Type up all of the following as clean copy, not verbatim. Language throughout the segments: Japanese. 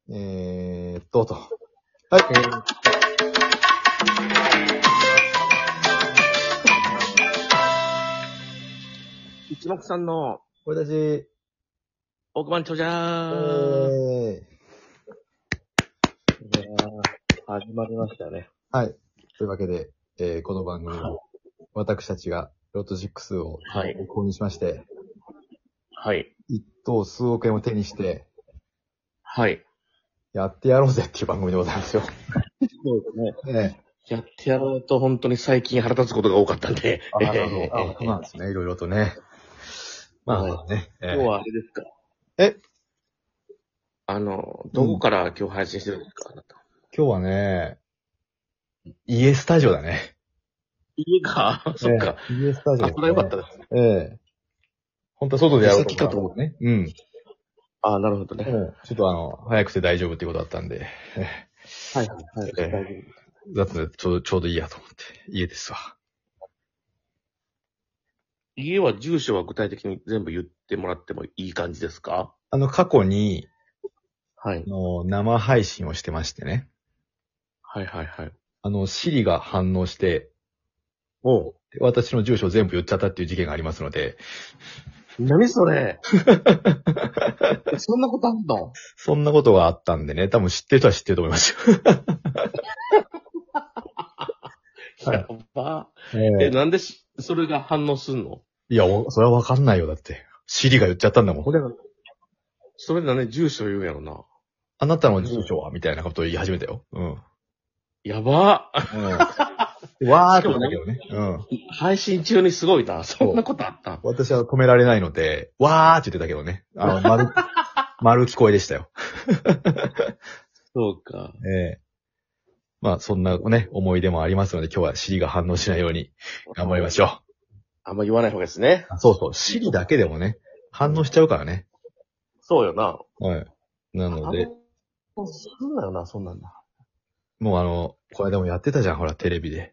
どうぞ。はい。 一目さんの私、 億万長者ー。いやー、始まりましたね。 はい。というわけで、この番組は、私たちがロト6を購入しまして、 はい。 一等数億円を手にして、 はい。 やってやろうぜっていう番組でございますよ。 そうですね。 えやってやろうと本当に最近腹立つことが多かったんで。 なるほど。そうなんですね。いろいろとね。まあね。 今日はあれですか。 えどこから今日配信してるんですか、あなた。 今日はね、家スタジオだね。 家か。そっか。 家スタジオですね。 それはよかったですね。 本当は外でやろうと出先かと思思ね。うん。 なるほどね。 ちょっと早くて大丈夫っていうことだったんで。 はい。大丈夫。 だってちょうどいいやと思って。家ですわ。 家は住所は具体的に全部言ってもらってもいい感じですか？ 過去に、 はい。 生配信をしてましてね。 はい。 Siri が反応して、 おう。 私の住所を全部言っちゃったっていう事件がありますので。 何それそんなことあんの？ そんなことがあったんでね、多分知ってる人は知ってると思いますよ。 やば。なんでそれが反応すんの？ いや、それはわかんないよ、だって。Siri が言っちゃったんだもん。 それでね、住所言うんやろな。 あなたの住所はみたいなことを言い始めたよ。うん。 やば。 わーって言ったけどね。 配信中にすごいな。そんなことあった？ 私は止められないので、わーって言ってたけどね。丸聞こえでしたよ。 そうか。 まあ、そんなね、思い出もありますので、今日はSiriが反応しないように頑張りましょう。 あんま言わない方がいいですね。 そうそう、Siriだけでもね、反応しちゃうからね。 そうよな。 はい。なので、 そうだよな、そんなんだ。 もうこれでもやってたじゃん、ほら、テレビで。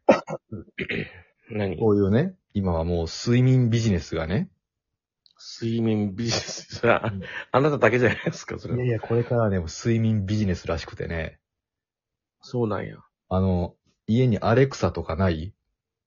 何？ こういうね、今はもう睡眠ビジネスがね。 睡眠ビジネス。それは、あなただけじゃないですか、それは。 いやいや、これからね、もう睡眠ビジネスらしくてね。 そうなんや。 家にアレクサとかない？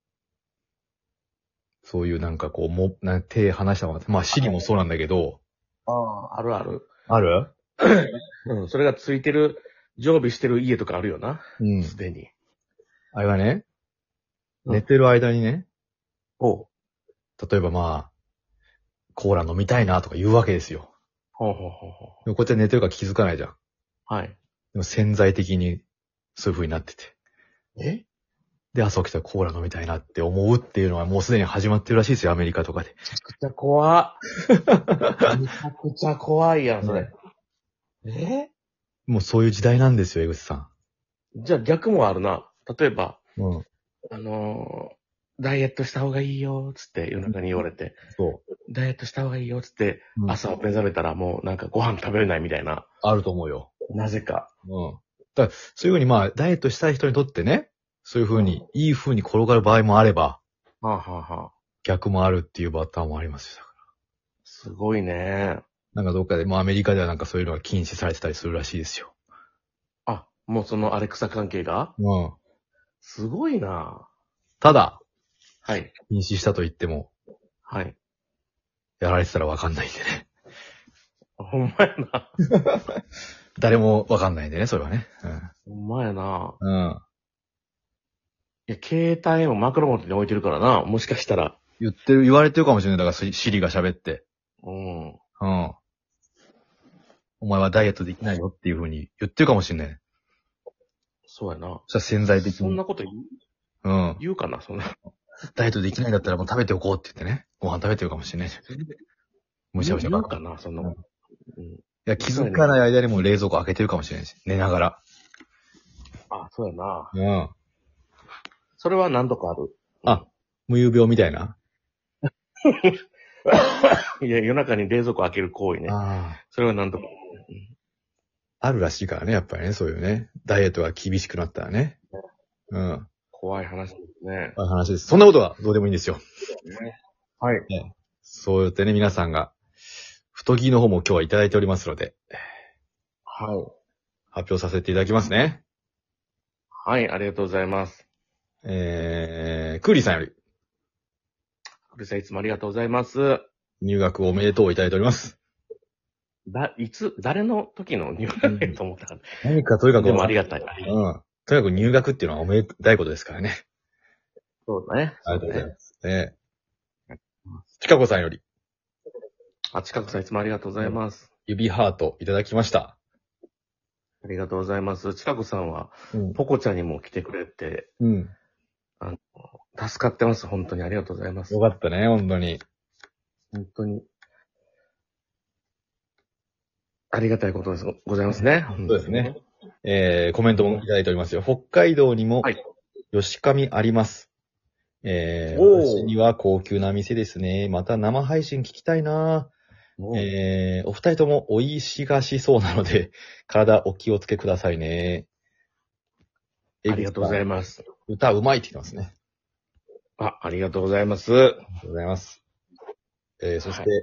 そういうなんかこう、手離したまま。まあ、Siriもそうなんだけど。 あるある。 ある？ うん、それがついてる、常備してる家とかあるよな。 うん。 すでに。 あれはね、寝てる間にね、例えばまあ、コーラ飲みたいなとか言うわけですよ。 ほう。 でもこっちは寝てるから気づかないじゃん。 はい。 でも潜在的にそういう風になってて。で、朝起きたらコーラ飲みたいなって思うっていうのはもうすでに始まってるらしいですよ、アメリカとかで。 めちゃくちゃ怖っ。めちゃくちゃ怖いやん、それ。 もうそういう時代なんですよ、江口さん。じゃあ逆もあるな。例えば、 ん。 ダイエットした方がいいよ、つって夜中に言われて。 そダイエットした方がいいよ、つって、朝目覚めたらもうなんかご飯食べれないみたいな。 あると思うよ。 なぜか。 だからそういう風にまあ、ダイエットしたい人にとってね、そういう風に、いい風に転がる場合もあれば、逆もあるっていうパターンもありますよ。 すごいね。 なんかどっかで、アメリカではなんかそういうのが禁止されてたりするらしいですよ。 もうそのアレクサ関係がすごいな。 ただ、 はい。 禁止したと言っても、 はい。 やられてたらわかんないんでね。 ほんまやな。 誰もわかんないんでね、それはね。 ほんまやな。 いや、携帯も枕元に置いてるからな。もしかしたら。 言われてるかもしれない。だから、シリが喋って。 うん。 お前はダイエットできないよっていう風に言ってるかもしれない。 そうやな。 そしたら潜在的に。 そんなこと言うかな、そんな。 ダイエットできないんだったらもう食べておこうって言ってね。ご飯食べてるかもしれない。むしゃむしゃ言うかな、そんな。 いや、気づかない間にもう冷蔵庫開けてるかもしれないし。寝ながら。 そうやな。それは何度かある。 無遊病みたいな。 いや、夜中に冷蔵庫開ける行為ね。それは何度か。 あるらしいからね、やっぱりね、そういうね。ダイエットが厳しくなったらね。 怖い話ですね。 怖い話です。そんなことはどうでもいいんですよ。 はい。 そうやってね、皆さんが、太着の方も今日はいただいておりますので。 はい。 発表させていただきますね。 はい、ありがとうございます。 クーリーさんよりうるさい、いつもありがとうございます。 入学おめでとういただいております。 誰の時の入学やと思ったから。 何かとにかく。 でもありがたい。 うん。とにかく入学っていうのはおめでたいことですからね。 そうだね。 ありがとうございます。ね。ちかこさんより近くさんいつもありがとうございます。 指ハートいただきました。 ありがとうございます。近くさんは、 うん。 ポコちゃんにも来てくれて、 うん。 助かってます。本当にありがとうございます。 よかったね、本当に。 本当に。ありがたいことです。ございますね。 そうですね。コメントもいただいておりますよ。北海道にも、吉上あります。私には高級な店ですね。また生配信聞きたいなお二人ともおいしがしそうなので、体お気をつけくださいね。 ありがとうございます。 歌うまいって言ってますね。 ありがとうございます。ありがとうございます。そして、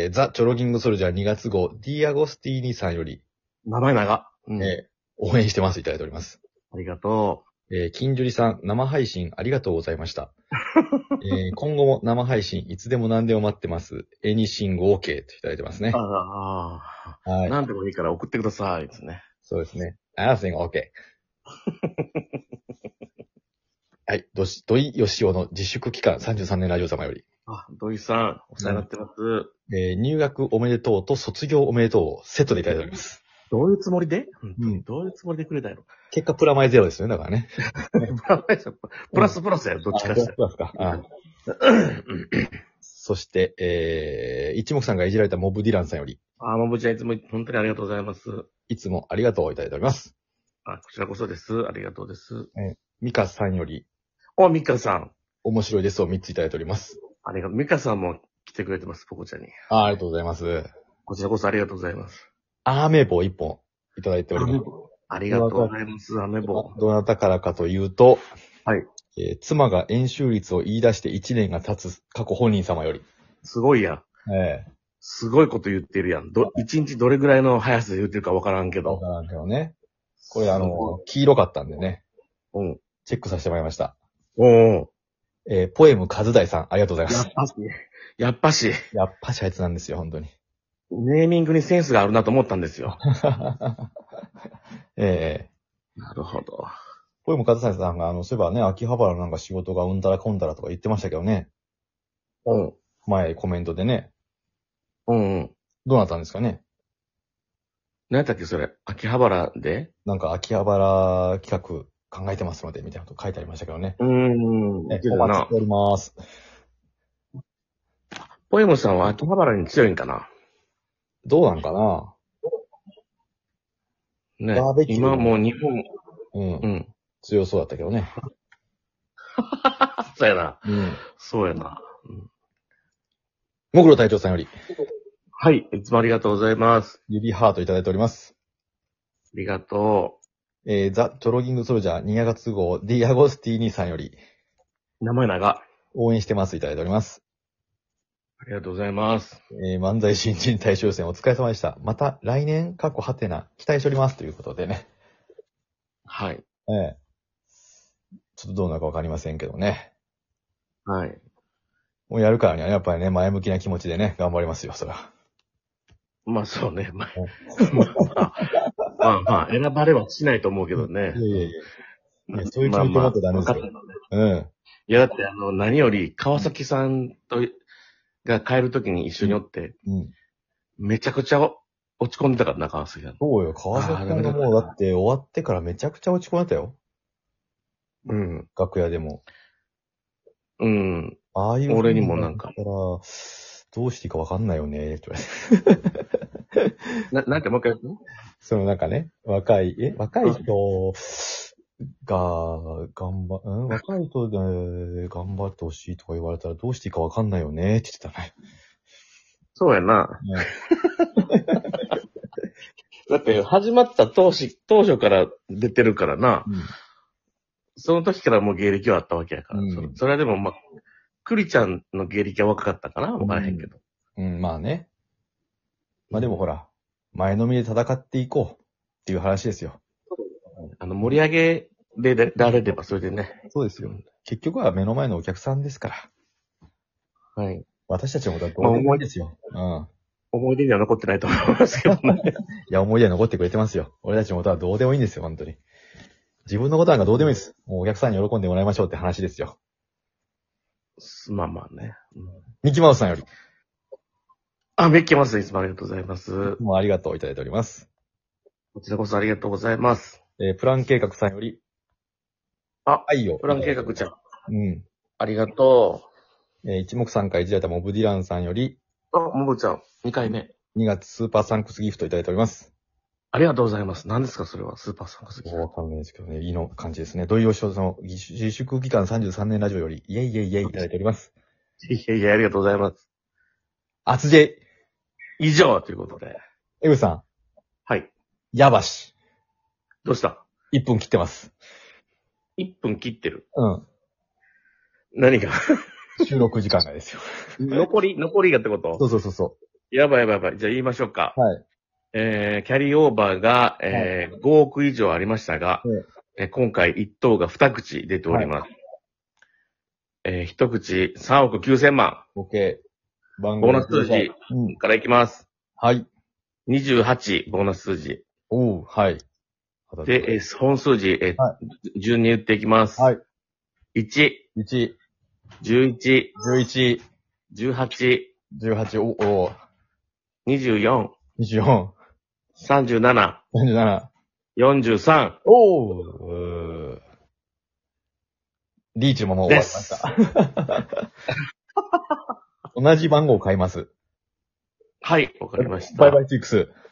ザ・チョロギングソルジャー2月号、ディアゴスティーニさんより、 名前長。 応援してますいただいております。 ありがとう。金樹里さん、生配信ありがとうございました。今後も生配信いつでも何でも待ってます。エニシング OK といただいてますね。 はい。何でもいいから送ってくださいですね。 そうですね。Anything OK。はい。土井義雄の自粛期間33年ラジオ様より。 土井さん、お世話になってます。 入学おめでとうと卒業おめでとうをセットでいただいております。 どういうつもりでどういうつもりでくれたやろ。 結果プラマイゼロですよね、だからね。 プラスや、どっちかして。 プラスか。そして、一目さんがいじられたモブディランさんより。 モブちゃんいつも本当にありがとうございます。 いつもありがとういただいております。 こちらこそです。ありがとうです。 ミカさんより。 ミカさん。 面白いですを3ついただいております。 ミカさんも来てくれてます、ポコちゃんに。 ありがとうございます。 こちらこそありがとうございます。 アーメ棒1本いただいております。 ありがとうございます、アメ棒。 どなたからかというと、 はい。 妻が円周率を言い出して1年が経つ過去本人様より。 すごいやん。すごいこと言ってるやん。1日どれぐらいの速さで言ってるかわからんけど。 わからんけどね。これ黄色かったんでね。チェックさせてもらいました。ポエムカズダイさん、ありがとうございます。 やっぱしあいつなんですよ、本当に。 ネーミングにセンスがあるなと思ったんですよ。なるほど。 ポエムカズダイさんが、そういえばね、秋葉原なんか仕事がうんたらこんたらとか言ってましたけどね。前コメントでね。どうなったんですかね。 何やったっけ、それ。秋葉原でなんか秋葉原企画考えてますので、みたいなこと書いてありましたけどね。お待ちしております。 ポエムさんは秋葉原に強いんかな。 どうなんかなね。今もう日本、強そうだったけどね。 そうやな。そうやな。 もぐろ隊長さんより。 はい。いつもありがとうございます。 指ハートいただいております。 ありがとう。ザ・チョロギングソルジャー2月号ディアゴスティーニさんより。 名前長。 応援してますいただいております。 ありがとうございます。 漫才新人大将戦お疲れ様でした。また来年、過去ハテナ、期待しておりますということでね。 はい。 ちょっとどうなるかわかりませんけどね。 はい。 もうやるからにはやっぱりね、前向きな気持ちでね、頑張りますよ、そら。 まあそうね。まあ、選ばれはしないと思うけどね。 いやそういう気持ち持ってダメですよ。 いや、だって何より、川崎さんが帰るときに一緒におって、めちゃくちゃ落ち込んでたからな、川崎さん。 そうよ、川崎さんがもうだって終わってからめちゃくちゃ落ち込んでたよ。楽屋でも。ああいう俺にもなんか。 どうしていいかわかんないよね、って言われて。なんかもう一回そのなんかね、若い人が、若い人で頑張ってほしいとか言われたらどうしていいかわかんないよね、って言ってたね。 そうやな。だって始まった当初から出てるからな。その時からもう芸歴はあったわけやから。それはでもクリちゃんの芸歴は若かったかなわからへんけど。 まあね。まあでもほら、前のめりで戦っていこう。 っていう話ですよ。 盛り上げられればそれでね。 そうですよ。結局は目の前のお客さんですから。 はい。 私たちのことはどうでもいいですよ。うん。 思い出には残ってないと思いますけどね。 いや、思い出は残ってくれてますよ。俺たちのことはどうでもいいんですよ、本当に。自分のことなんかどうでもいいです。もうお客さんに喜んでもらいましょうって話ですよ。 まあまあね。 ミキマウスさんより。 メッキマスいつもありがとうございます。 もうありがとういただいております。 こちらこそありがとうございます。 プラン計画さんより。愛を。 プラン計画ちゃん。 うん。 ありがと一目散会いただいたモブディランさんより。 モブちゃん。2回目。 2月スーパーサンクスギフトいただいております。 ありがとうございます。何ですかそれは、スーパーサンクスギフト。 わかんないですけどね。いいの感じですね。土井善雄さんの自粛期間33年ラジオより、イェイイェイイェイいただいております。 いやいや、ありがとうございます。 厚 J。 以上ということで。 エブさん。 はい。 やばし。 どうした ?1 分切ってます。 1分切ってる。 うん。 何が収録時間がですよ。 残りがってことそう。 やばい。じゃあ言いましょうか。 はい。 キャリーオーバーが、5億以上ありましたが、今回1等が2口出ております。1口3億9000万。 OK。 ボーナス数字からいきます。 はい。 28、ボーナス数字。 はい。 で、本数字、順に打っていきます。 はい。 1、11、18、24、37、43。 リーチももう終わりました。同じ番号を買います。 はい、わかりました。 バイバイ6。